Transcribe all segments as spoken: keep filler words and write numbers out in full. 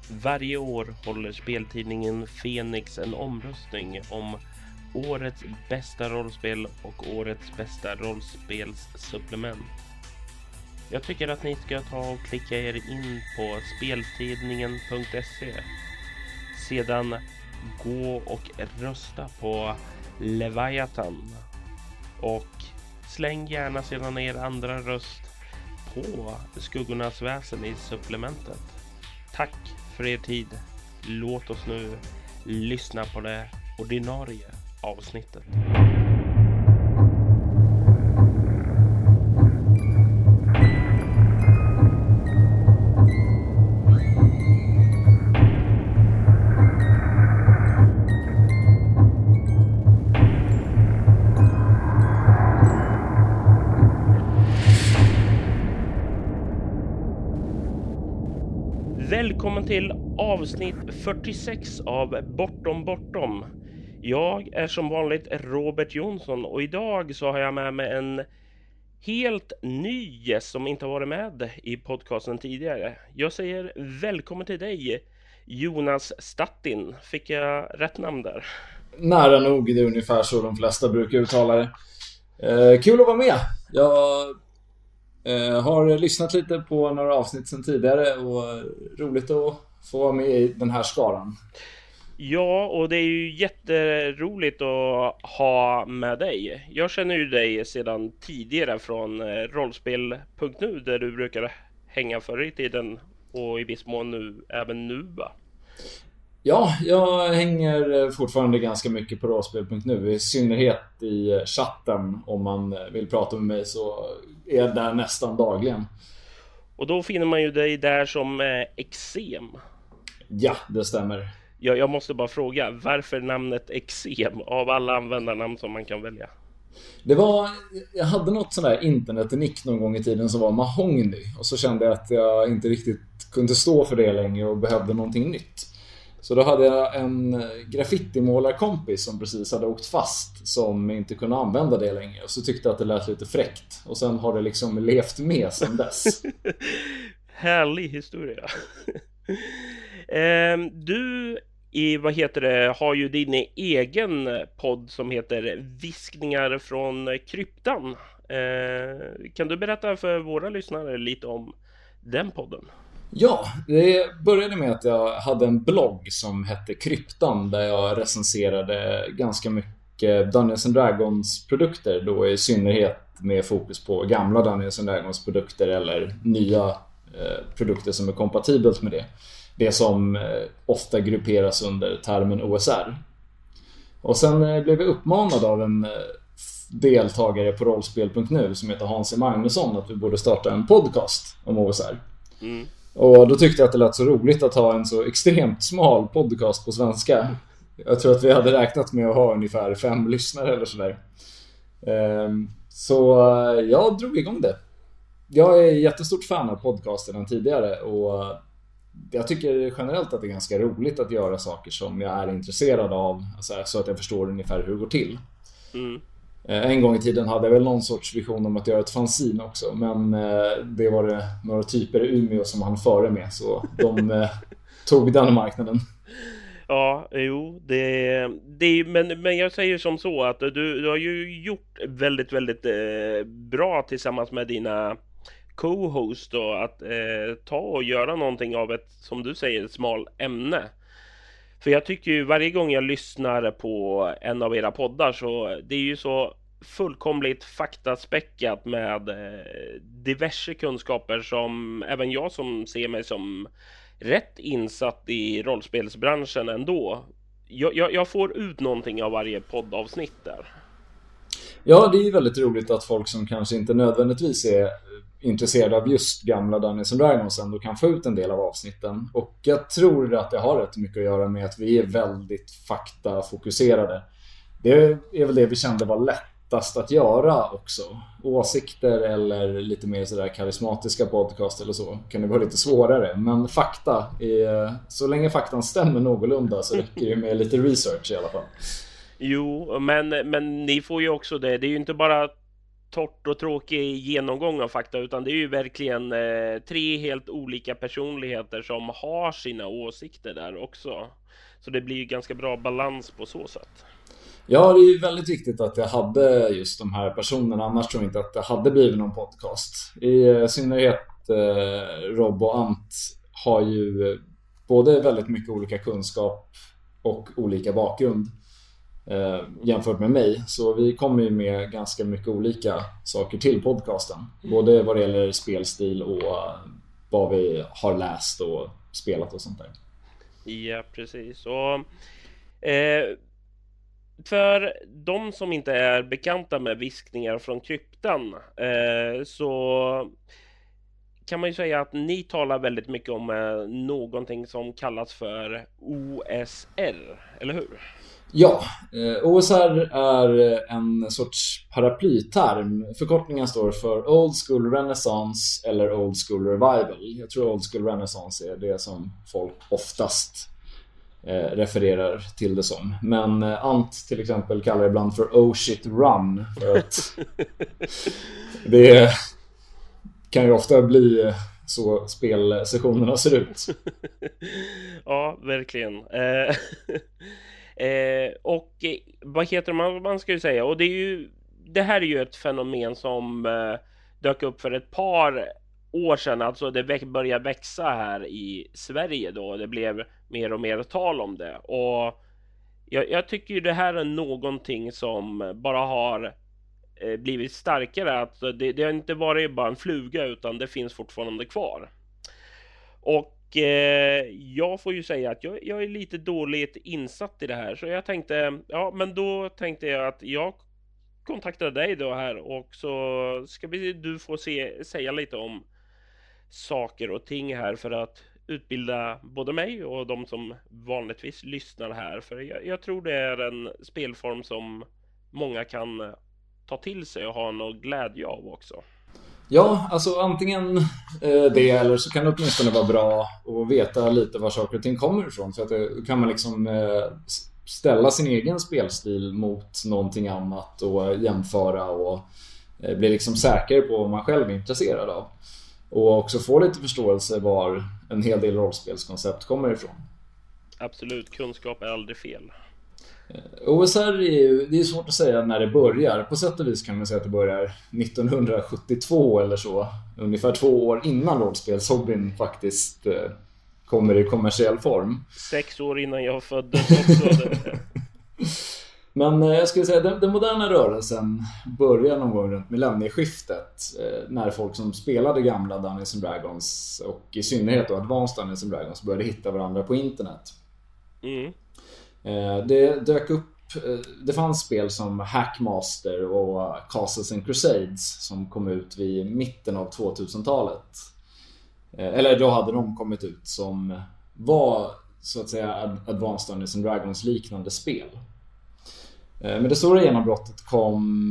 Varje år håller speltidningen Fenix en omröstning om årets bästa rollspel och årets bästa rollspelssupplement. Jag tycker att ni ska ta och klicka er in på speltidningen punkt se. Sedan gå och rösta på Leviathan. Och släng gärna sedan er andra röst på Skuggornas väsen i supplementet. Tack för er tid. Låt oss nu lyssna på det ordinarie avsnittet. Välkommen till avsnitt fyrtiosex av Bortom Bortom. Jag är som vanligt Robert Jonsson och idag så har jag med mig en helt ny gäst som inte har varit med i podcasten tidigare. Jag säger välkommen till dig, Jonas Stattin. Fick jag rätt namn där? Nära nog, det är ungefär så de flesta brukar uttala det. Eh, kul att vara med. Jag eh, har lyssnat lite på några avsnitt sedan tidigare och roligt att få vara med i den här skaran. Ja, och det är ju jätteroligt att ha med dig. Jag känner ju dig sedan tidigare från rollspel punkt nu där du brukar hänga förr i tiden och i viss mån nu, även nu va? Ja, jag hänger fortfarande ganska mycket på rollspel punkt nu, i synnerhet i chatten. Om man vill prata med mig så är jag där nästan dagligen. Och då finner man ju dig där som eh, Exem. Ja, det stämmer. Jag, jag måste bara fråga, varför namnet Exem av alla användarnamn som man kan välja? Det var, jag hade något sån där internetnick någon gång i tiden som var Mahogny. Och så kände jag att jag inte riktigt kunde stå för det längre och behövde någonting nytt. Så då hade jag en graffitimålarkompis som precis hade åkt fast, som inte kunde använda det längre. Och så tyckte jag att det lät lite fräckt. Och sen har det liksom levt med sedan dess. Härlig historia. eh, du i, vad heter det, har ju din egen podd som heter Viskningar från kryptan. Eh, kan du berätta för våra lyssnare lite om den podden? Ja, det började med att jag hade en blogg som hette Kryptan, där jag recenserade ganska mycket Dungeons and Dragons produkter, då i synnerhet med fokus på gamla Dungeons and Dragons produkter eller nya eh, produkter som är kompatibelt med det. Det som eh, ofta grupperas under termen O S R. Och sen eh, blev jag uppmanad av en eh, deltagare på rollspel punkt nu som heter Hans Magnusson att vi borde starta en podcast om O S R. Mm. Och då tyckte jag att det lät så roligt att ha en så extremt smal podcast på svenska. Jag tror att vi hade räknat med att ha ungefär fem lyssnare eller sådär. Så jag drog igång det. Jag är jättestort fan av podcasten än tidigare och jag tycker generellt att det är ganska roligt att göra saker som jag är intresserad av, alltså så att jag förstår ungefär hur det går till. Mm. En gång i tiden hade jag väl någon sorts vision om att göra ett fanzin också, men det var det några typer i Umeå som han före med, så de tog den marknaden. Ja, jo, det, det men, men jag säger som så att du, du har ju gjort väldigt, väldigt eh, bra tillsammans med dina co-host och att eh, ta och göra någonting av ett, som du säger, ett smal ämne. För jag tycker ju varje gång jag lyssnar på en av era poddar så det är ju så fullkomligt faktaspäckat med eh, diverse kunskaper som även jag som ser mig som rätt insatt i rollspelsbranschen ändå. Jag, jag, jag får ut någonting av varje poddavsnitt där. Ja, det är ju väldigt roligt att folk som kanske inte nödvändigtvis är intresserade av just gamla Dungeons and Dragons ändå kan få ut en del av avsnitten. Och jag tror att det har rätt mycket att göra med att vi är väldigt faktafokuserade. Det är väl det vi kände var lättast att göra också. Åsikter eller lite mer sådär karismatiska podcast eller så kan det vara lite svårare. Men fakta, är, så länge faktan stämmer någorlunda så räcker det med lite research i alla fall. Jo, men, men ni får ju också det. Det är ju inte bara torrt och tråkig genomgång av fakta, utan det är ju verkligen eh, tre helt olika personligheter som har sina åsikter där också. Så det blir ju ganska bra balans på så sätt. Ja, det är ju väldigt viktigt att jag hade just de här personerna. Annars tror jag inte att det hade blivit någon podcast. I eh, synnerhet eh, Rob och Ant har ju både väldigt mycket olika kunskap och olika bakgrund eh, jämfört med mig. Så vi kommer ju med ganska mycket olika saker till podcasten. Både vad det gäller spelstil och eh, vad vi har läst och spelat och sånt där. Ja, precis. Och eh, för de som inte är bekanta med viskningar från kryptan eh, så kan man ju säga att ni talar väldigt mycket om eh, någonting som kallas för O S R, eller hur? Ja, eh, O S R är en sorts paraplyterm. Förkortningen står för Old School Renaissance eller Old School Revival. Jag tror Old School Renaissance är det som folk oftast eh, refererar till det som. Men eh, Ant till exempel kallar det ibland för Oh Shit Run, för att det kan ju ofta bli så spelsessionerna ser ut. Ja, verkligen. Eh, eh, och vad heter man, man ska ju säga, och det är ju det här är ju ett fenomen som eh, dök upp för ett par år sedan, alltså det väx, började växa här i Sverige då, det blev mer och mer tal om det, och jag, jag tycker ju det här är någonting som bara har eh, blivit starkare, att det, det har inte varit bara en fluga utan det finns fortfarande kvar. Och eh, jag får ju säga att jag, jag är lite dåligt insatt i det här, så jag tänkte, ja men då tänkte jag att jag kontaktade dig då här, och så ska vi, du få se, säga lite om saker och ting här för att utbilda både mig och de som vanligtvis lyssnar här, för jag, jag tror det är en spelform som många kan ta till sig och ha någon glädje av också. Ja, alltså antingen eh, det, eller så kan det åtminstone vara bra att veta lite var saker och ting kommer ifrån, för att då kan man liksom eh, ställa sin egen spelstil mot någonting annat och jämföra och eh, bli liksom säker på vad man själv är intresserad av. Och också få lite förståelse var en hel del rollspelskoncept kommer ifrån. Absolut, kunskap är aldrig fel. O S R är ju, det är svårt att säga när det börjar. På sätt och vis kan man säga att det börjar nittonhundrasjuttiotvå eller så. Ungefär två år innan rollspelshobbyn faktiskt eh, kommer i kommersiell form. Sex år innan jag föddes också. Men eh, jag skulle säga den, den moderna rörelsen börjar någon gång runt millennieskiftet, eh, när folk som spelade gamla Dungeons and Dragons och i synnerhet då Advanced Dungeons and Dragons började hitta varandra på internet. Mm. Eh, det dök upp, eh, det fanns spel som Hackmaster och Castles and Crusades som kom ut vid mitten av tvåtusentalet. Eh, eller då hade de kommit ut som var så att säga Advanced Dungeons and Dragons liknande spel. Men det stora genombrottet kom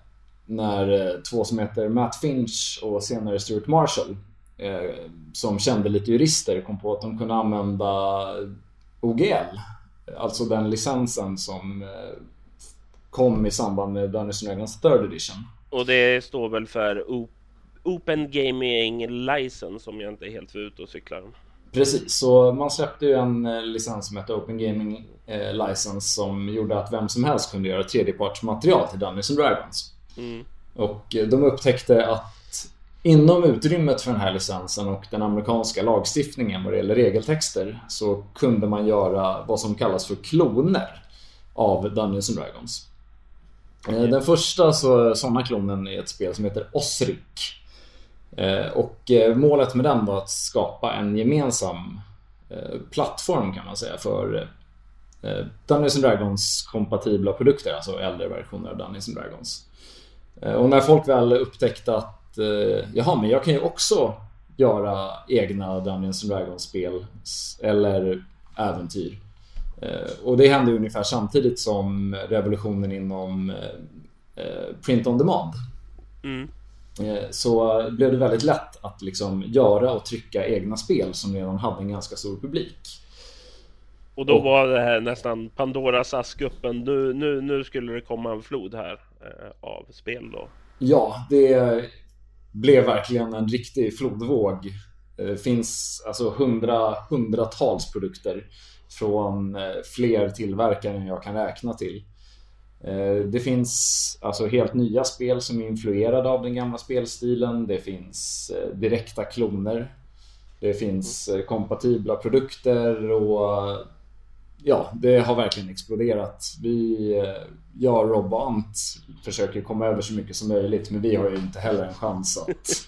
när två som heter Matt Finch och senare Stuart Marshall, som kände lite jurister, kom på att de kunde använda O G L, alltså den licensen som kom i samband med Dungeons and Dragons third edition. Och det står väl för Open Gaming License, om jag inte är helt för ute och cyklar. Precis, så man släppte ju en licens som heter Open Gaming eh, License som gjorde att vem som helst kunde göra tredjepartsmaterial till Dungeons and Dragons. Mm. Och de upptäckte att inom utrymmet för den här licensen och den amerikanska lagstiftningen vad det gäller regeltexter så kunde man göra vad som kallas för kloner av Dungeons and Dragons. Mm. Den första så, sådana klonen är ett spel som heter Osric. Och målet med den var att skapa en gemensam plattform kan man säga för Dungeons and Dragons kompatibla produkter, alltså äldre versioner av Dungeons and Dragons. Och när folk väl upptäckte att jaha, men jag kan ju också göra egna Dungeons and Dragons spel eller äventyr. Och det hände ungefär samtidigt som revolutionen inom print on demand. Mm. Så blev det väldigt lätt att liksom göra och trycka egna spel som redan hade en ganska stor publik. Och då och, var det här nästan Pandoras ask öppen. Nu, nu, nu skulle det komma en flod här eh, av spel då. Ja, det blev verkligen en riktig flodvåg. Det finns alltså hundra, hundratals produkter från fler tillverkare än jag kan räkna till. Det finns alltså helt nya spel som är influerade av den gamla spelstilen. Det finns direkta kloner. Det finns kompatibla produkter och ja, det har verkligen exploderat. Vi, jag och Rob och Ant försöker komma över så mycket som möjligt, men vi har ju inte heller en chans att...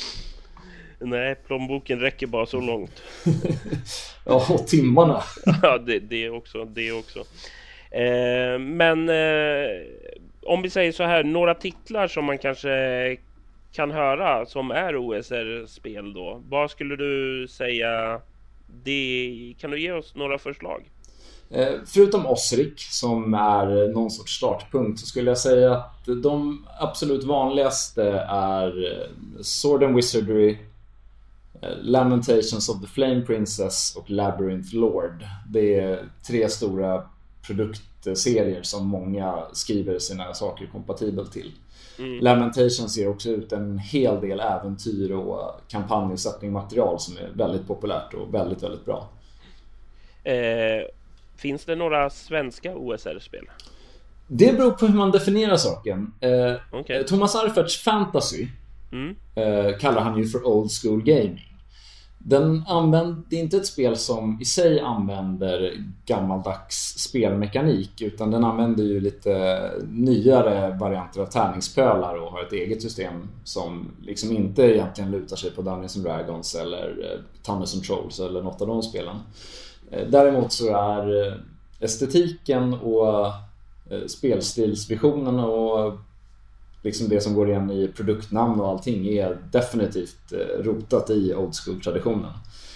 Nej, plånboken räcker bara så långt. Ja, och timmarna. Ja, det, det också, det också. Eh, men eh, om vi säger så här, några titlar som man kanske kan höra som är O S R-spel då. Vad skulle du säga? Det, kan du ge oss några förslag? Eh, förutom Osric som är någon sorts startpunkt, så skulle jag säga att de absolut vanligaste är Sword and Wizardry, Lamentations of the Flame Princess och Labyrinth Lord. Det är tre stora produktserier som många skriver sina saker kompatibelt till. Mm. Lamentations ger också ut en hel del äventyr och kampanj- och settingmaterial som är väldigt populärt och väldigt, väldigt bra. Eh, finns det några svenska O S R-spel? Det beror på hur man definierar saken. Eh, okay. Thomas Arferts Fantasy mm. eh, kallar han ju för old school gaming. Den använder, det är inte ett spel som i sig använder gammaldags spelmekanik, utan den använder ju lite nyare varianter av tärningspölar och har ett eget system som liksom inte egentligen lutar sig på Dungeons and Dragons eller Thunders and Trolls eller något av de spelen. Däremot så är estetiken och spelstilsvisionen och liksom det som går igen i produktnamn och allting är definitivt rotat i old school-traditionen.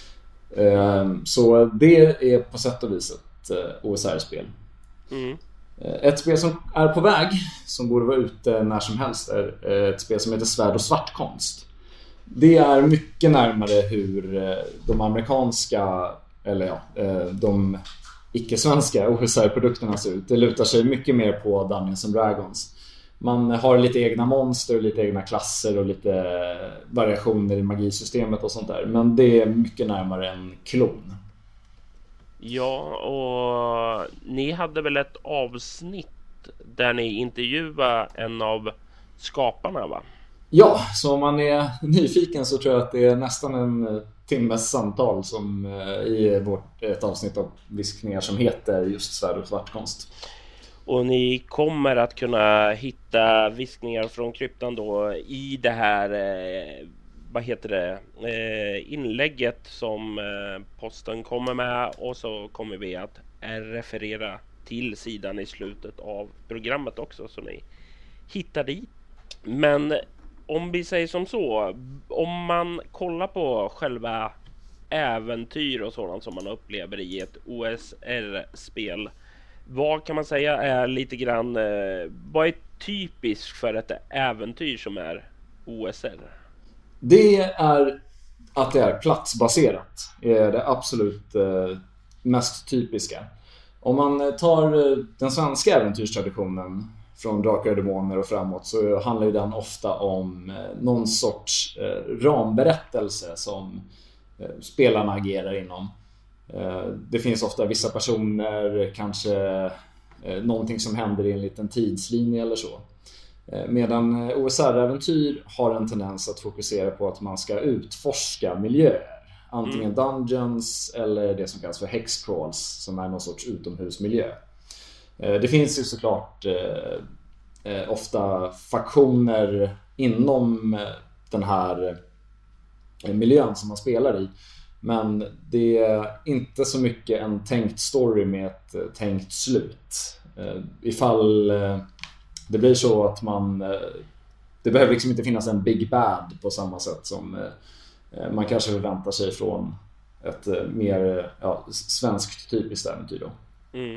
Så det är på sätt och vis ett O S R-spel. Mm. Ett spel som är på väg, som borde vara ute när som helst, är ett spel som heter Svärd och svartkonst. Det är mycket närmare hur de amerikanska, eller ja, de icke-svenska O S R-produkterna ser ut. Det lutar sig mycket mer på Dungeons and Dragons. Man har lite egna monster, lite egna klasser och lite variationer i magisystemet och sånt där. Men det är mycket närmare en klon. Ja, och ni hade väl ett avsnitt där ni intervjuade en av skaparna, va? Ja, så om man är nyfiken så tror jag att det är nästan en timmes samtal som i vårt, ett avsnitt av viskningar som heter just Svärd och svartkonst. Och ni kommer att kunna hitta viskningar från kryptan då i det här, eh, vad heter det, eh, inlägget som eh, posten kommer med, och så kommer vi att referera till sidan i slutet av programmet också, så ni hittar dit. Men om vi säger som så, om man kollar på själva äventyr och sådant som man upplever i ett O S R-spel, vad kan man säga är lite grann, eh, vad är typiskt för ett äventyr som är O S R? Det är att det är platsbaserat, är det absolut eh, mest typiska. Om man tar den svenska äventyrstraditionen från Drakar och Demoner och framåt, så handlar ju den ofta om någon sorts ramberättelse som spelarna agerar inom. Det finns ofta vissa personer, kanske någonting som händer i en liten tidslinje eller så. Medan O S R-äventyr har en tendens att fokusera på att man ska utforska miljöer. Antingen dungeons eller det som kallas för hexcrawls, som är någon sorts utomhusmiljö. Det finns ju såklart eh, ofta faktioner inom den här miljön som man spelar i. Men det är inte så mycket en tänkt story med ett tänkt slut. Eh, ifall eh, det blir så att man... Eh, det behöver liksom inte finnas en big bad på samma sätt som eh, man kanske förväntar sig från ett eh, mer ja, svenskt typiskt äventyr då. Mm.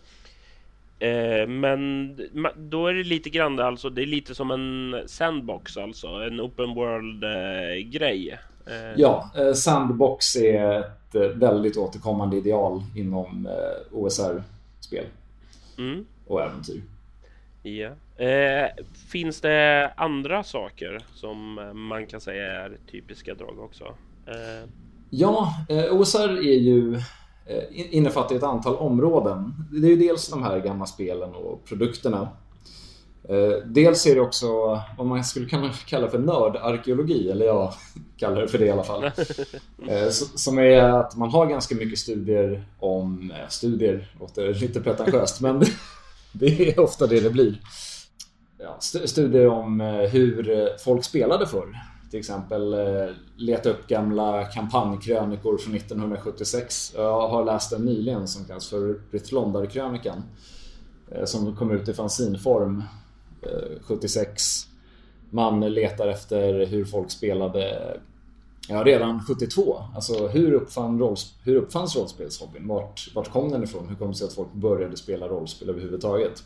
Eh, men då är det lite grann, alltså det är lite som en sandbox, alltså en open world eh, grej. Eh. Ja, eh, sandbox är ett eh, väldigt återkommande ideal inom eh, O S R-spel mm. och äventyr. Ja. Eh, finns det andra saker som man kan säga är typiska drag också? Eh. Ja, eh, O S R är ju eh, innefattar ett antal områden. Det är ju dels de här gamla spelen och produkterna. Eh, dels är det också vad man skulle kunna kalla för nördarkeologi, eller jag kallar det för det i alla fall. Eh, som är att man har ganska mycket studier om, eh, studier låter lite pretentiöst, men det är ofta det det blir. Ja, studier om hur folk spelade förr. Till exempel leta upp gamla kampanjkrönikor från nittonhundrasjuttiosex. Jag har läst den nyligen som kallas för Ryttlondar-krönikan, som kom ut i fanzinform sjuttiosex. Man letar efter hur folk spelade ja, redan sjuttiotvå. Alltså hur, uppfann rolls- hur uppfanns rollspelshobbyn? Vart, vart kom den ifrån? Hur kom det sig att folk började spela rollspel överhuvudtaget?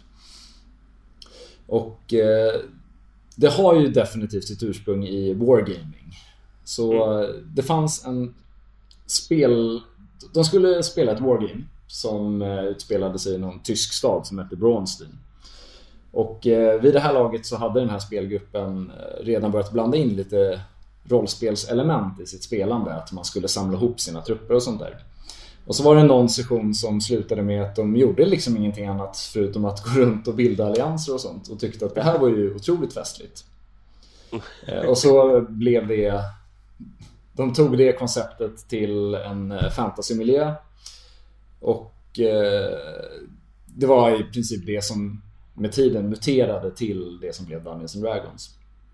Och eh, det har ju definitivt sitt ursprung i wargaming. Så mm. det fanns en spel... De skulle spela ett wargame som eh, utspelade sig i någon tysk stad som hette Braunstein. Och eh, vid det här laget så hade den här spelgruppen eh, redan börjat blanda in lite rollspelselement i sitt spelande. Att man skulle samla ihop sina trupper och sånt där. Och så var det någon session som slutade med att de gjorde liksom ingenting annat förutom att gå runt och bilda allianser och sånt. Och tyckte att det här var ju otroligt festligt. Och så blev det... De tog det konceptet till en fantasymiljö. Och eh, det var i princip det som med tiden muterade till det som blev Dungeons and Dragons.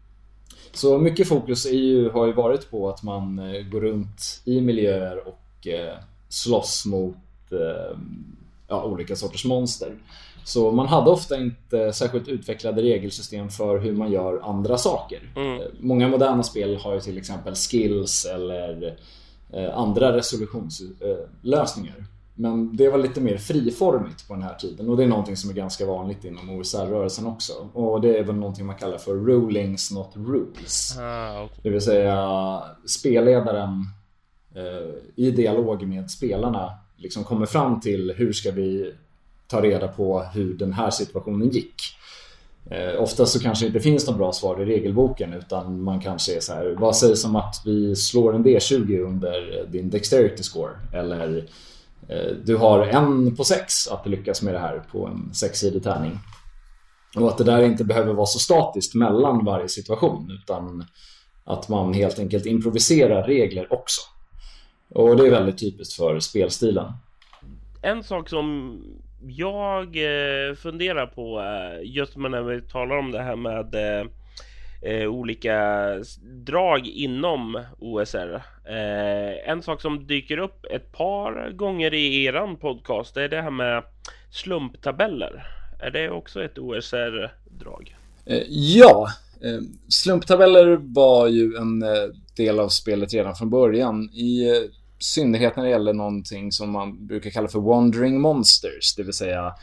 Så mycket fokus är ju, har ju varit på att man går runt i miljöer och eh, slåss mot eh, ja, olika sorters monster. Så man hade ofta inte särskilt utvecklade regelsystem för hur man gör andra saker. Mm. Många moderna spel har ju till exempel skills eller eh, andra resolutionslösningar. Eh, Men det var lite mer friformigt på den här tiden. Och det är någonting som är ganska vanligt inom O S R-rörelsen också. Och det är väl någonting man kallar för rulings not rules. Ah, okay. Det vill säga spelledaren eh, i dialog med spelarna liksom kommer fram till hur ska vi ta reda på hur den här situationen gick. Eh, ofta så kanske det inte finns någon bra svar i regelboken, utan man kanske är så här: vad sägs om att vi slår en D tjugo under din dexterity score? Eller eh, du har en på sex att lyckas med det här på en sexsidig tärning. Och att det där inte behöver vara så statiskt mellan varje situation, utan att man helt enkelt improviserar regler också. Och det är väldigt typiskt för spelstilen. En sak som jag eh, funderar på eh, just när vi talar om det här med eh, olika drag inom O S R. Eh, en sak som dyker upp ett par gånger i eran podcast är det här med slumptabeller. Är det också ett O S R-drag? Eh, ja, eh, slumptabeller var ju en eh, del av spelet redan från början. I eh, synnerhet när det gäller någonting som man brukar kalla för wandering monsters, det vill säga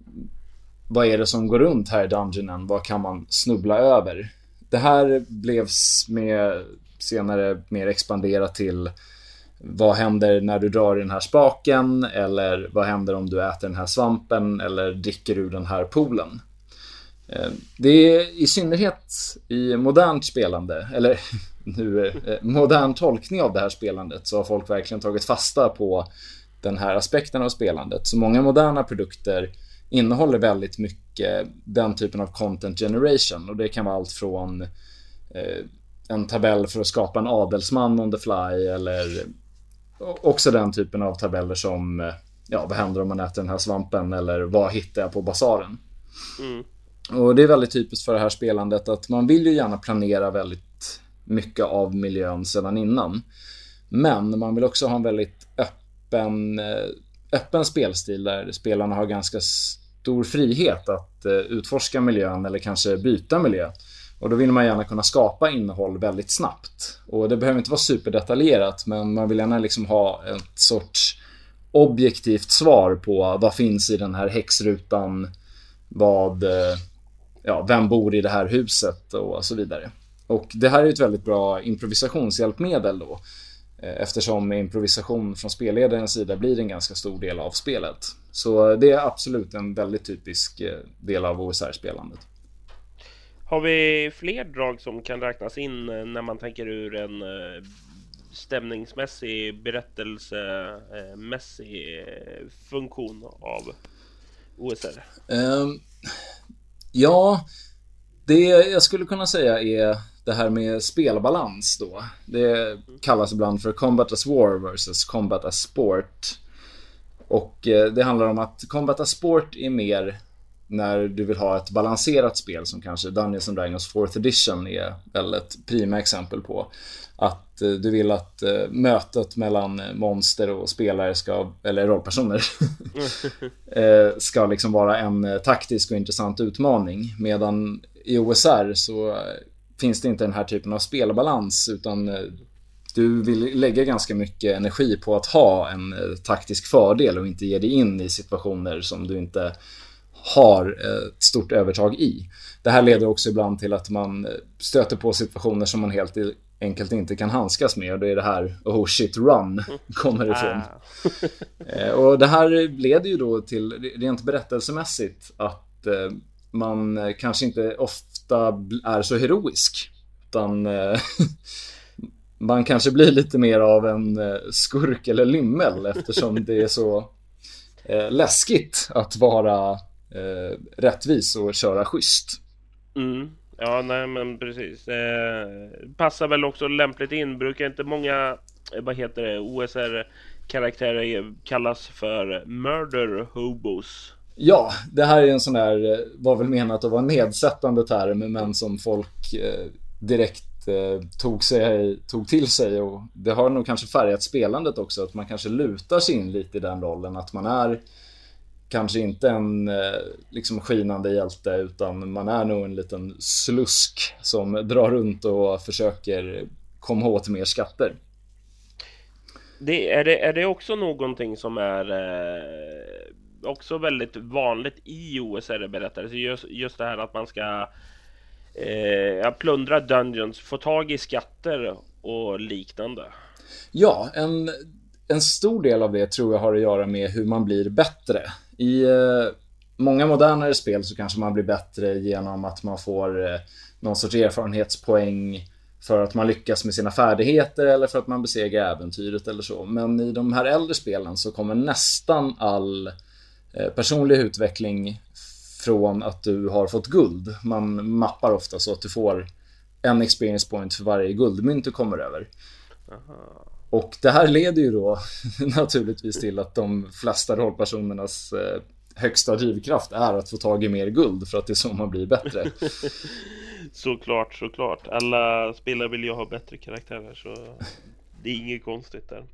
vad är det som går runt här i dungeonen, vad kan man snubbla över. Det här blev med senare mer expanderat till vad händer när du drar i den här spaken, eller vad händer om du äter den här svampen eller dricker ur den här poolen. Det är i synnerhet i modernt spelande, eller nu modern tolkning av det här spelandet, så har folk verkligen tagit fasta på den här aspekten av spelandet. Så många moderna produkter innehåller väldigt mycket den typen av content generation, och det kan vara allt från eh, en tabell för att skapa en adelsman on the fly, eller också den typen av tabeller som ja, vad händer om man äter den här svampen, eller vad hittar jag på basaren. Mm. Och det är väldigt typiskt för det här spelandet att man vill ju gärna planera väldigt mycket av miljön sedan innan. Men man vill också ha en väldigt öppen, öppen spelstil där spelarna har ganska stor frihet att utforska miljön eller kanske byta miljö. Och då vill man gärna kunna skapa innehåll väldigt snabbt. Och det behöver inte vara superdetaljerat, men man vill gärna liksom ha ett sorts objektivt svar på vad finns i den här häxrutan, vad, ja, vem bor i det här huset och så vidare. Och det här är ett väldigt bra improvisationshjälpmedel då, eftersom improvisation från spelledarens sida blir en ganska stor del av spelet. Så det är absolut en väldigt typisk del av O S R-spelandet. Har vi fler drag som kan räknas in när man tänker ur en stämningsmässig, berättelsemässig funktion av O S R? Um, ja, det jag skulle kunna säga är det här med spelbalans då. Det kallas ibland för Combat as War versus Combat as Sport. Och det handlar om att Combat as Sport är mer när du vill ha ett balanserat spel, som kanske Dungeons and Dragons fourth edition är väl ett prima exempel på. Att du vill att mötet mellan monster och spelare ska, eller rollpersoner ska liksom vara en taktisk och intressant utmaning. Medan i O S R så finns det inte den här typen av spelbalans, utan du vill lägga ganska mycket energi på att ha en taktisk fördel och inte ge dig in i situationer som du inte har ett stort övertag i. Det här leder också ibland till att man stöter på situationer som man helt enkelt inte kan handskas med, och det är det här oh shit run kommer ifrån. Och det här leder ju då till, rent berättelsemässigt, att man kanske inte ofta är så heroisk, utan man kanske blir lite mer av en skurk eller lymmel, eftersom det är så läskigt att vara Eh, rättvis och köra schysst. Mm. Ja, nej men precis. Eh, passar väl också lämpligt in. Brukar inte många, vad heter det, O S R-karaktärer kallas för murder hobos? Ja, det här är en sån där, var väl menat att vara en nedsättande term, men som folk eh, direkt eh, tog, sig, tog till sig, och det har nog kanske färgat spelandet också, att man kanske lutar sig in lite i den rollen, att man är kanske inte en liksom skinande hjälte, utan man är nog en liten slusk som drar runt och försöker komma åt mer skatter. Det, är, det, är det också någonting som är eh, också väldigt vanligt i O S R-berättelser? Just, just det här att man ska eh, plundra dungeons, få tag i skatter och liknande. Ja, en, en stor del av det tror jag har att göra med hur man blir bättre. I eh, många modernare spel så kanske man blir bättre genom att man får eh, någon sorts erfarenhetspoäng för att man lyckas med sina färdigheter, eller för att man besegrar äventyret eller så. Men i de här äldre spelen så kommer nästan all eh, personlig utveckling från att du har fått guld. Man mappar ofta så att du får en experience point för varje guldmynt du kommer över. Aha. Och det här leder ju då naturligtvis till att de flesta rollpersonernas eh, högsta drivkraft är att få tag i mer guld, för att det är så man blir bättre. Såklart, såklart. Alla spelare vill ju ha bättre karaktärer, så det är inget konstigt där.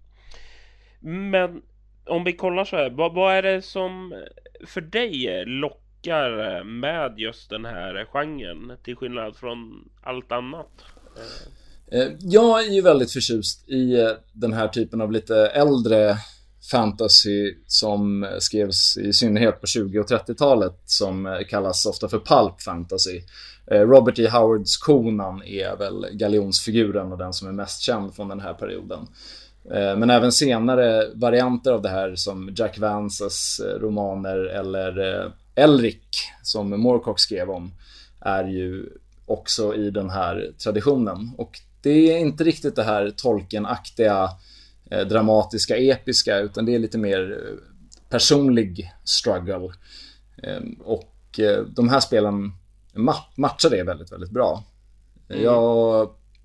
Men om vi kollar så här, vad, vad är det som för dig lockar med just den här genren, till skillnad från allt annat? Jag är ju väldigt förtjust i den här typen av lite äldre fantasy som skrevs i synnerhet på tjugo- och trettiotalet, som kallas ofta för pulp fantasy. Robert E. Howards Conan är väl galjonsfiguren och den som är mest känd från den här perioden. Men även senare varianter av det här, som Jack Vances romaner eller Elric som Moorcock skrev om, är ju också i den här traditionen. Och det är inte riktigt det här Tolkien-aktiga, eh, dramatiska, episka, utan det är lite mer personlig struggle. Eh, och eh, de här spelen ma- matchar det väldigt, väldigt bra. Mm. Jag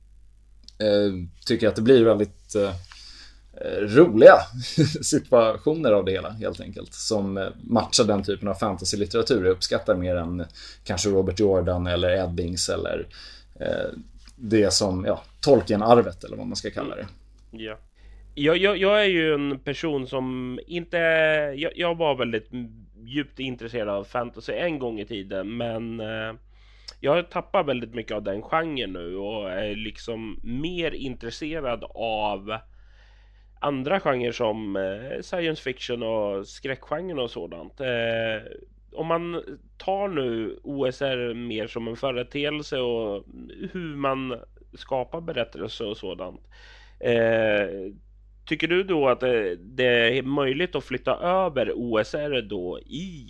eh, tycker att det blir väldigt eh, roliga situationer av det hela, helt enkelt, som matchar den typen av fantasy-litteratur. Jag uppskattar mer än kanske Robert Jordan eller Eddings eller eh, det som, ja, Tolkien-arvet eller vad man ska kalla det. Ja. Jag, jag, jag är ju en person som inte... Jag, jag var väldigt djupt intresserad av fantasy en gång i tiden, men eh, jag har tappat väldigt mycket av den genren nu och är liksom mer intresserad av andra genrer som eh, science fiction och skräckgenren och sådant. Eh, om man tar nu O S R mer som en företeelse och hur man skapar berättelser och sådant. Eh, tycker du då att det, det är möjligt att flytta över O S R då i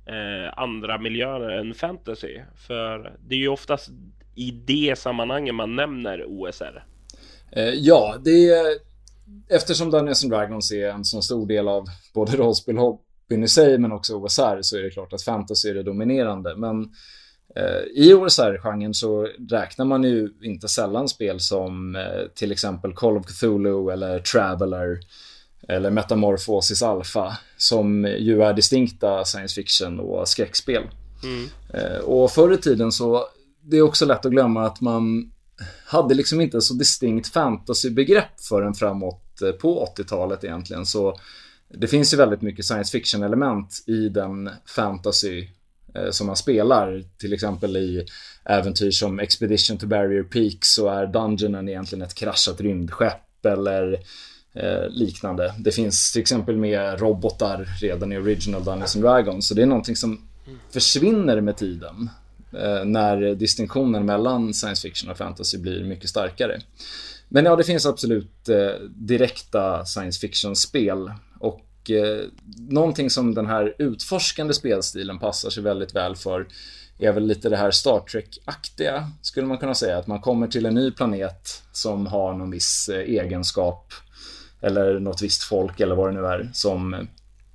eh, andra miljöer än fantasy? För det är ju oftast i det sammanhanget man nämner O S R. Eh, ja, det är, eftersom Dungeons and Dragons är en så stor del av både rollspel och hobbyn i sig, men också O S R, så är det klart att fantasy är det dominerande. Men eh, i O S R-genren så räknar man ju inte sällan spel som eh, till exempel Call of Cthulhu eller Traveller eller Metamorphosis Alpha, som ju är distinkta science fiction och skräckspel. Mm. Eh, och förr i tiden så, det är också lätt att glömma att man hade liksom inte så distinkt fantasybegrepp förrän framåt eh, på åttiotalet egentligen. Så det finns ju väldigt mycket science fiction element i den fantasy eh, som man spelar. Till exempel i äventyr som Expedition to Barrier Peak så är dungeonen egentligen ett kraschat rymdskepp eller eh, liknande. Det finns till exempel med robotar redan i original Dungeons and Dragons, så det är någonting som försvinner med tiden eh, när distinktionen mellan science fiction och fantasy blir mycket starkare. Men ja, det finns absolut eh, direkta science fiction-spel, och eh, någonting som den här utforskande spelstilen passar sig väldigt väl för är väl lite det här Star Trek-aktiga, skulle man kunna säga. Att man kommer till en ny planet som har någon viss eh, egenskap eller något visst folk eller vad det nu är som eh,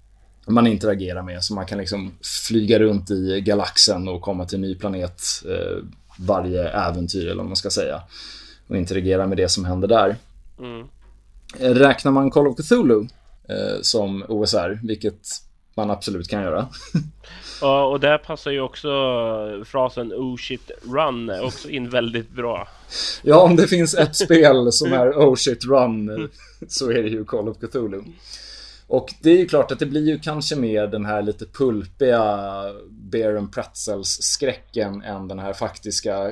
man interagerar med. Så man kan liksom flyga runt i galaxen och komma till en ny planet eh, varje äventyr, eller vad man ska säga, och interagera med det som händer där. Mm. Räknar man Call of Cthulhu eh, som O S R, vilket man absolut kan göra. Ja, och där passar ju också frasen oh shit run också in väldigt bra. Ja, om det finns ett spel som är oh shit run så är det ju Call of Cthulhu. Och det är ju klart att det blir ju kanske mer den här lite pulpiga Bear and Pretzels-skräcken än den här faktiska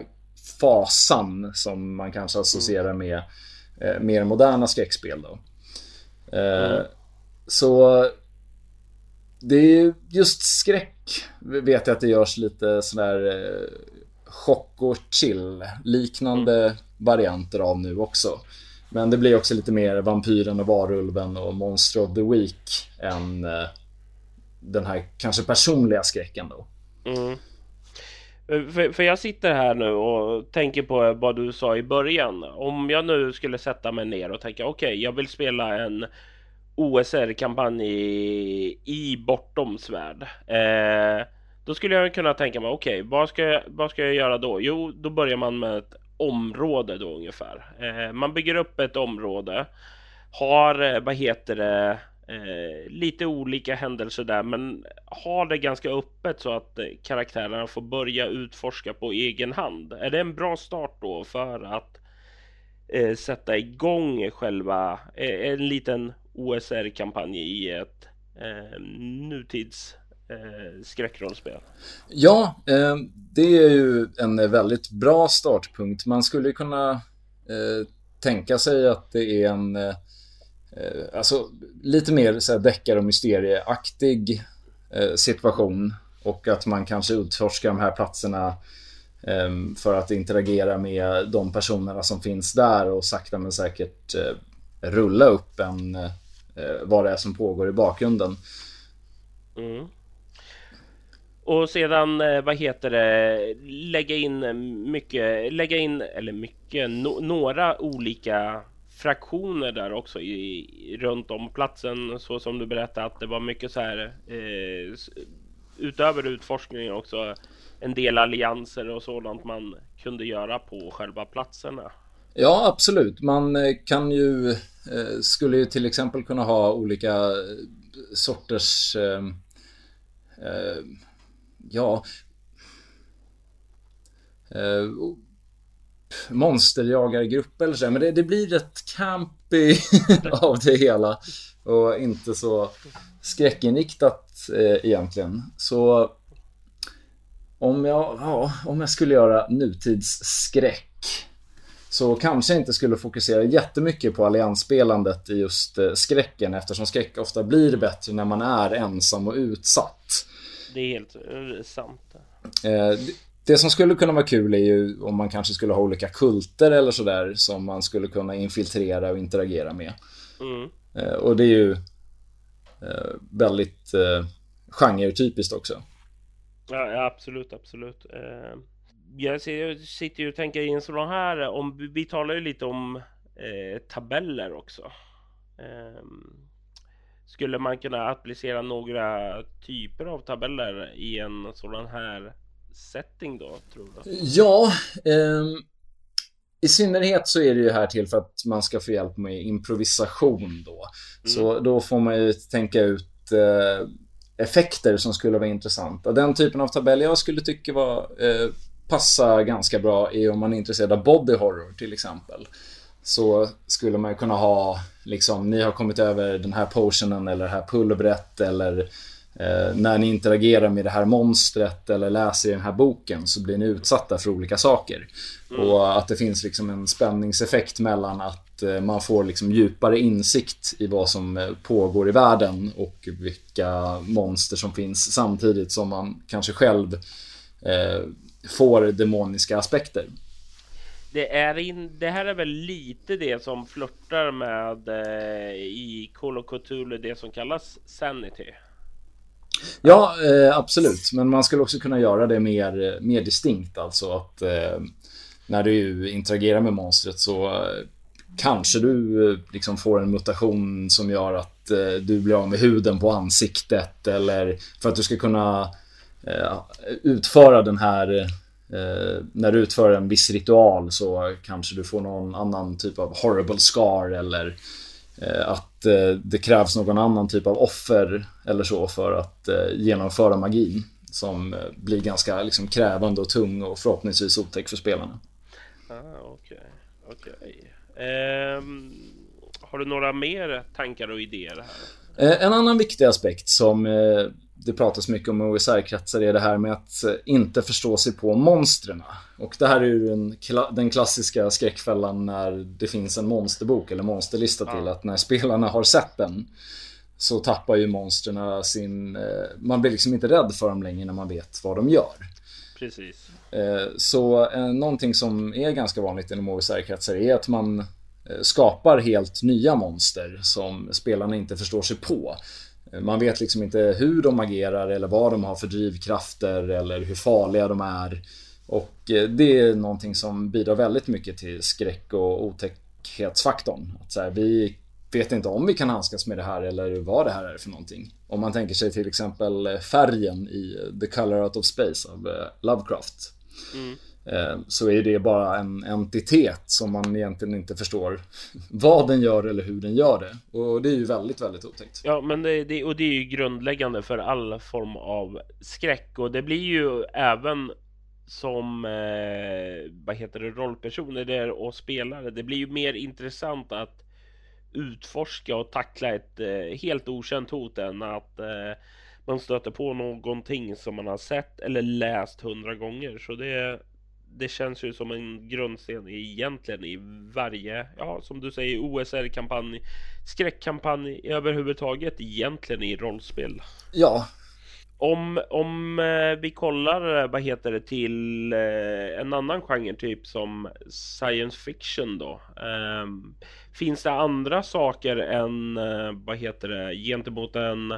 fasan som man kanske associerar med eh, mer moderna skräckspel då. Eh, mm. Så det är just skräck, vet jag att det görs lite sådär eh, chock och chill liknande mm. varianter av nu också. Men det blir också lite mer vampyren och varulven och Monster of the Week än eh, den här kanske personliga skräcken då. Mm. För, för jag sitter här nu och tänker på vad du sa i början. Om jag nu skulle sätta mig ner och tänka okej, okay, jag vill spela en O S R-kampanj i, i Bortomsvärld. Eh, då skulle jag kunna tänka mig okej, okay, vad, ska jag, vad ska jag göra då? Jo, då börjar man med ett område då ungefär. Eh, man bygger upp ett område. Har, vad heter det... Eh, lite olika händelser där, men har det ganska öppet så att eh, karaktärerna får börja utforska på egen hand. Är det en bra start då för att eh, sätta igång själva eh, en liten O S R-kampanj i ett eh, nutids eh, skräckrollspel? Ja, eh, det är ju en väldigt bra startpunkt. Man skulle kunna eh, tänka sig att det är en eh, alltså lite mer så här deckare- och mysterieaktig eh, situation, och att man kanske utforskar de här platserna eh, för att interagera med de personerna som finns där och sakta men säkert eh, rulla upp en eh, vad det är som pågår i bakgrunden. Mm. Och sedan, vad heter det, lägga in mycket, lägga in eller mycket no, några olika fraktioner där också i, runt om platsen, så som du berättade att det var mycket så här eh, utöver utforskning också en del allianser och sådant man kunde göra på själva platserna. Ja, absolut. Man kan ju eh, skulle ju till exempel kunna ha olika sorters eh, eh, ja eh, monsterjagargrupper eller så, men det, det blir rätt campy av det hela och inte så skräckinriktat eh, egentligen. Så om jag, ja, om jag skulle göra nutidsskräck så kanske jag inte skulle fokusera jättemycket på alliansspelandet i just eh, skräcken, eftersom skräck ofta blir bättre när man är ensam och utsatt. Det är helt uh, sant. Eh, det, Det som skulle kunna vara kul är ju om man kanske skulle ha olika kulter eller sådär som man skulle kunna infiltrera och interagera med. Mm. Eh, och det är ju eh, väldigt eh, genre-typiskt också. Ja, absolut, absolut. Eh, jag sitter ju och tänker i en sån här, om vi talar ju lite om eh, tabeller också. Eh, skulle man kunna applicera några typer av tabeller i en sådan här setting då, tror du? Ja, eh, i synnerhet så är det ju här till för att man ska få hjälp med improvisation då. Mm. Så då får man ju tänka ut eh, effekter som skulle vara intressanta. Den typen av tabeller jag skulle tycka var eh, passa ganska bra är om man är intresserad av body horror till exempel. Så skulle man kunna ha liksom, ni har kommit över den här potionen eller det här pulvret, eller eh, när ni interagerar med det här monstret eller läser i den här boken så blir ni utsatta för olika saker. Mm. Och att det finns liksom en spänningseffekt mellan att eh, man får liksom djupare insikt i vad som eh, pågår i världen och vilka monster som finns, samtidigt som man kanske själv eh, får demoniska aspekter. Det, är in, det här är väl lite det som flörtar med eh, i Call of Cthulhu, det som kallas sanity. Ja, eh, absolut. Men man skulle också kunna göra det mer, mer distinkt. Alltså att eh, när du interagerar med monstret så eh, kanske du eh, liksom får en mutation som gör att eh, du blir av med huden på ansiktet. Eller för att du ska kunna eh, utföra den här... Eh, när du utför en viss ritual så kanske du får någon annan typ av horrible scar, eller eh, att eh, det krävs någon annan typ av offer eller så för att eh, genomföra magin som eh, blir ganska liksom, krävande och tung och förhoppningsvis otäck för spelarna. Ah, okej. Okay. Okay. Eh, har du några mer tankar och idéer här? Eh, en annan viktig aspekt som eh, det pratas mycket om i O S R-kretsar är det här med att inte förstå sig på monstren. Och det här är ju den, den klassiska skräckfällan när det finns en monsterbok eller monsterlista till, ja. Att när spelarna har sett den så tappar ju monstren sin... Man blir liksom inte rädd för dem längre när man vet vad de gör. Precis. Så någonting som är ganska vanligt inom O S R-kretsar är att man skapar helt nya monster som spelarna inte förstår sig på. Man vet liksom inte hur de agerar eller vad de har för drivkrafter eller hur farliga de är. Och det är någonting som bidrar väldigt mycket till skräck- och otäckhetsfaktorn. Att så här, vi vet inte om vi kan handskas med det här eller vad det här är för någonting. Om man tänker sig till exempel färgen i The Color Out of Space av Lovecraft. Mm. Så är det bara en entitet som man egentligen inte förstår vad den gör eller hur den gör det. Och det är ju väldigt, väldigt otäckt. Ja, men det, det, och det är ju grundläggande för all form av skräck. Och det blir ju även som eh, vad heter det, rollpersoner där och spelare. Det blir ju mer intressant att utforska och tackla ett eh, helt okänt hot än att eh, man stöter på någonting som man har sett eller läst hundra gånger. Så det Det känns ju som en grundsten egentligen i varje, ja som du säger, O S R-kampanj, skräckkampanj överhuvudtaget, egentligen i rollspel. Ja. Om, om eh, vi kollar, vad heter det, till eh, en annan genre typ som science fiction då. Eh, finns det andra saker än, eh, vad heter det, gentemot en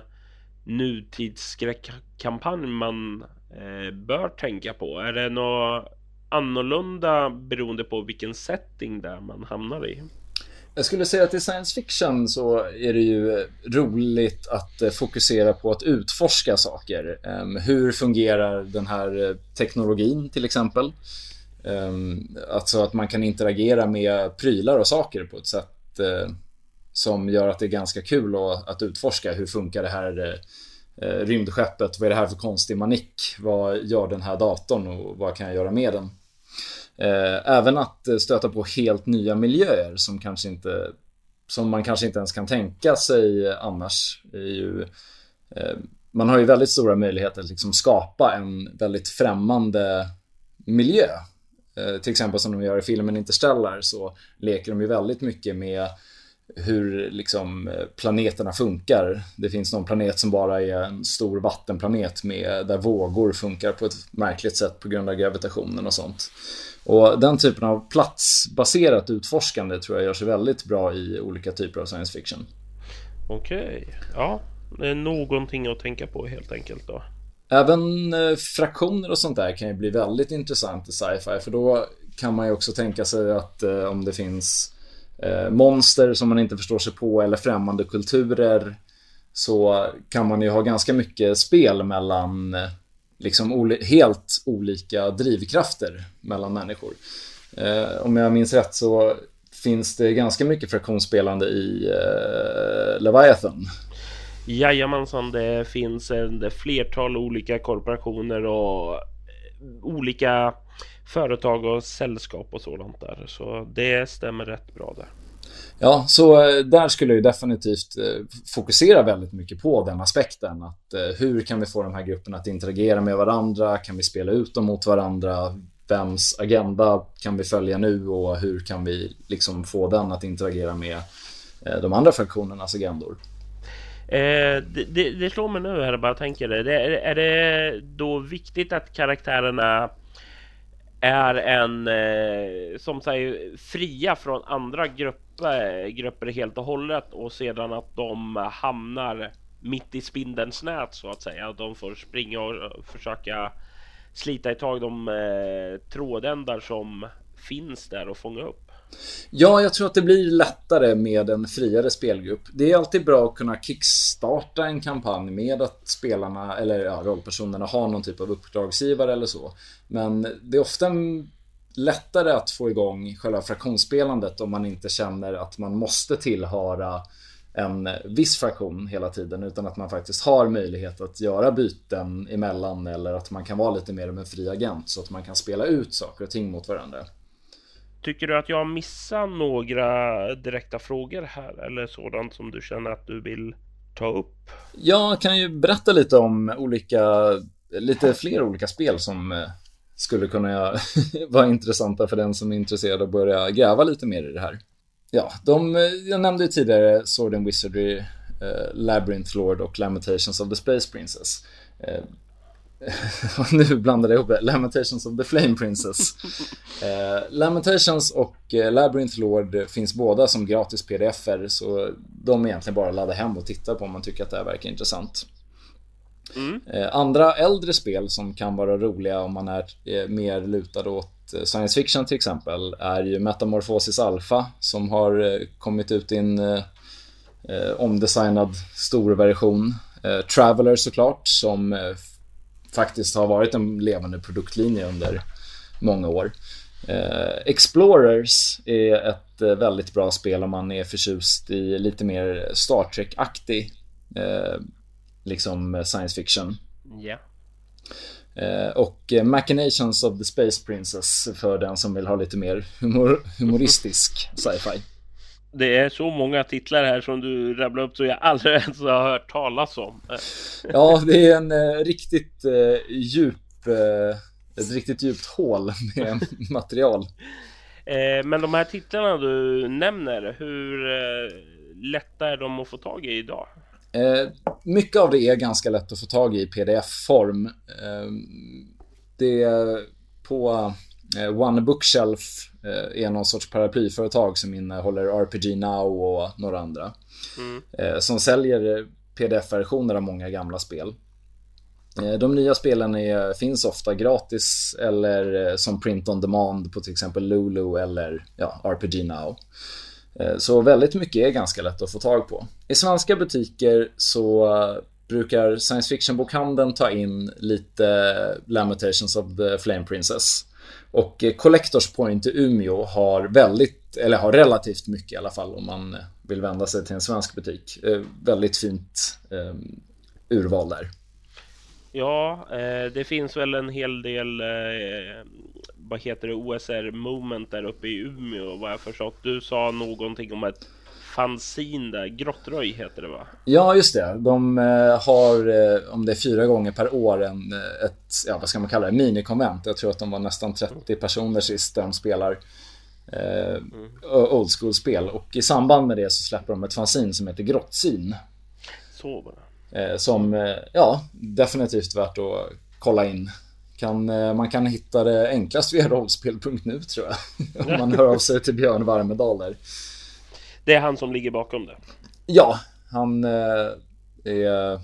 nutidsskräckkampanj man eh, bör tänka på? Är det något annorlunda beroende på vilken setting där man hamnar i? Jag skulle säga att i science fiction så är det ju roligt att fokusera på att utforska saker. Um, hur fungerar den här teknologin till exempel? Um, alltså att man kan interagera med prylar och saker på ett sätt uh, som gör att det är ganska kul att, att utforska. Hur funkar det här uh, rymdskeppet? Vad är det här för konstig manik? Vad gör den här datorn och vad kan jag göra med den? Även att stöta på helt nya miljöer som kanske inte som man kanske inte ens kan tänka sig annars är ju, man har ju väldigt stora möjligheter att liksom skapa en väldigt främmande miljö. Till exempel som de gör i filmen Interstellar så leker de ju väldigt mycket med hur liksom planeterna funkar. Det finns någon planet som bara är en stor vattenplanet med, där vågor funkar på ett märkligt sätt på grund av gravitationen och sånt. Och den typen av platsbaserat utforskande tror jag gör sig väldigt bra i olika typer av science fiction. Okej, okay. Ja, det är någonting att tänka på helt enkelt då. Även eh, fraktioner och sånt där kan ju bli väldigt intressant i sci-fi, för då kan man ju också tänka sig att eh, om det finns eh, monster som man inte förstår sig på eller främmande kulturer, så kan man ju ha ganska mycket spel mellan eh, liksom oli- helt olika drivkrafter mellan människor. Eh, om jag minns rätt så finns det ganska mycket fraktionsspelande i eh, Leviathan. Jajamensan, det finns en flertal olika korporationer och olika företag och sällskap och sådant där. Så det stämmer rätt bra där. Ja, så där skulle jag definitivt fokusera väldigt mycket på den aspekten. Att hur kan vi få de här grupperna att interagera med varandra? Kan vi spela ut dem mot varandra? Vems agenda kan vi följa nu? Och hur kan vi liksom få den att interagera med de andra fraktionernas agendor? Eh, det, det, det slår mig nu här, bara tänker det. det är, är det då viktigt att karaktärerna är en eh, som säger fria från andra grupper, grupper helt och hållet, och sedan att de hamnar mitt i spindelns nät så att säga, att de får springa och försöka slita i tag de eh, trådändar som finns där och fånga upp? Ja, jag tror att det blir lättare med en friare spelgrupp. Det är alltid bra att kunna kickstarta en kampanj med att spelarna, eller ja, rollpersonerna har någon typ av uppdragsgivare eller så. Men det är ofta lättare att få igång själva fraktionsspelandet om man inte känner att man måste tillhöra en viss fraktion hela tiden, utan att man faktiskt har möjlighet att göra byten emellan, eller att man kan vara lite mer av en fri agent så att man kan spela ut saker och ting mot varandra. Tycker du att jag missar några direkta frågor här, eller sådant som du känner att du vill ta upp? Jag kan ju berätta lite om olika, lite fler olika spel som skulle kunna vara intressanta för den som är intresserad av att börja gräva lite mer i det här. Ja, de, jag nämnde ju tidigare Sword and Wizardry, eh, Labyrinth Lord och Lamentations of the Space Princess. Eh, nu blandade jag ihop det. Lamentations of the Flame Princess. eh, Lamentations och eh, Labyrinth Lord finns båda som gratis pdf-er, så de är egentligen bara att ladda hem och titta på om man tycker att det här verkar intressant. Mm. eh, Andra äldre spel som kan vara roliga om man är eh, mer lutad åt science fiction till exempel är ju Metamorphosis Alpha, som har eh, kommit ut i en eh, omdesignad stor version. eh, Traveler såklart, som eh, faktiskt har varit en levande produktlinje under många år. Eh, Explorers är ett eh, väldigt bra spel om man är förtjust i lite mer Star Trek-aktig eh, liksom science fiction. Ja. Yeah. Eh, och eh, Machinations of the Space Princess för den som vill ha lite mer humor- humoristisk sci-fi. Det är så många titlar här som du rabblar upp så jag aldrig ens har hört talas om. Ja, det är en eh, riktigt eh, djup eh, ett riktigt djupt hål med material. Eh, men de här titlarna du nämner, hur eh, lätta är de att få tag i idag? Eh, mycket av det är ganska lätt att få tag i i pdf-form. Eh, det är på eh, One Bookshelf eh, är någon sorts paraplyföretag som innehåller R P G Now och några andra. Mm. Eh, som säljer pdf-versioner av många gamla spel. Eh, de nya spelen är, finns ofta gratis eller eh, som print on demand på till exempel Lulu eller ja, R P G Now. Så väldigt mycket är ganska lätt att få tag på. I svenska butiker så brukar science fiction-bokhandeln ta in lite Lamentations of the Flame Princess. Och Collectors Point i Umeå har väldigt, eller har relativt mycket i alla fall om man vill vända sig till en svensk butik. Väldigt fint eh, urval där. Ja, eh, det finns väl en hel del eh, vad heter det, O S R-moment där uppe i Umeå, vad jag förstått. Du sa någonting om ett fanzine där, Grottröj heter det, va? Ja, just det. De eh, har, eh, om det är fyra gånger per år, en, ett, ja, vad ska man kalla det, minikonvent. Jag tror att de var nästan trettio personer sist de spelar eh, mm. old school-spel. Och i samband med det så släpper de ett fanzine som heter Grottzin. Så bara. Som, ja, definitivt värt att kolla in. Kan, man kan hitta det enklast via rollspel punkt nu tror jag. Om man hör av sig till Björn Varmedal där. Det är han som ligger bakom det? Ja, han är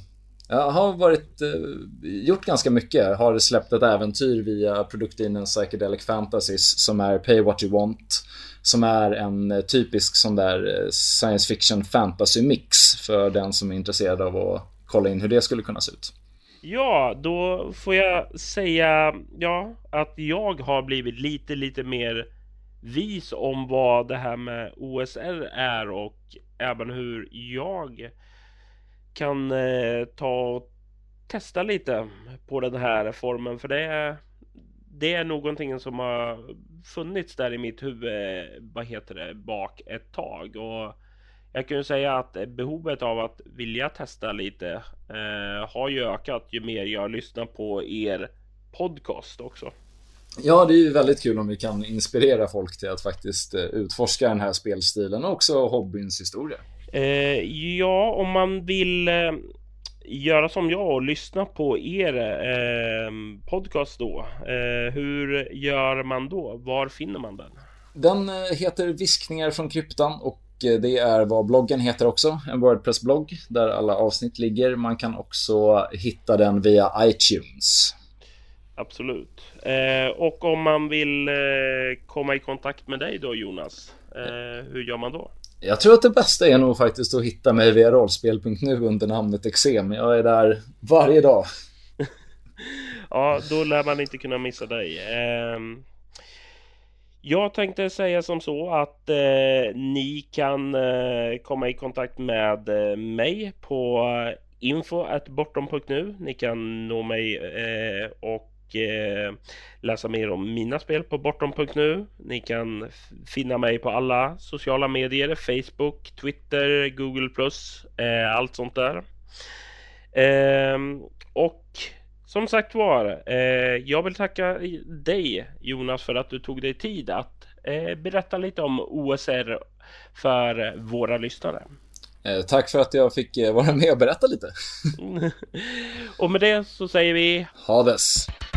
Jag har varit, eh, gjort ganska mycket. Har släppt ett äventyr via produktlinjen Psychedelic Fantasies som är Pay What You Want. Som är en typisk sån där science fiction fantasy mix för den som är intresserad av att kolla in hur det skulle kunna se ut. Ja, då får jag säga ja, att jag har blivit lite, lite mer vis om vad det här med O S R är och även hur jag kan eh, ta och testa lite på den här formen, för det är, det är någonting som har funnits där i mitt huvud, vad heter det, bak ett tag, och jag kan ju säga att behovet av att vilja testa lite eh, har ju ökat ju mer jag lyssnar på er podcast också. Ja, det är ju väldigt kul om vi kan inspirera folk till att faktiskt utforska den här spelstilen och också hobbyns historia. Eh, ja, om man vill eh, göra som jag och lyssna på er eh, podcast då, eh, hur gör man då? Var finner man den? Den heter Viskningar från kryptan och det är vad bloggen heter också, en WordPress-blogg där alla avsnitt ligger. Man kan också hitta den via iTunes. Absolut. Eh, och om man vill eh, komma i kontakt med dig då, Jonas, eh, hur gör man då? Jag tror att det bästa är nog faktiskt att hitta mig via rollspel punkt nu under namnet Exem. Jag är där varje dag. Ja, då lär man inte kunna missa dig. Eh, jag tänkte säga som så att eh, ni kan eh, komma i kontakt med eh, mig på info at bortom punkt nu. Ni kan nå mig eh, och eh, läsa mer om mina spel på bortom punkt nu. Ni kan f- finna mig på alla sociala medier, Facebook, Twitter, Google plus, eh, allt sånt där. Eh, och som sagt var, eh, jag vill tacka dig, Jonas, för att du tog dig tid att eh, berätta lite om O S R för våra lyssnare. Eh, tack för att jag fick vara med och berätta lite. Och med det så säger vi Hades.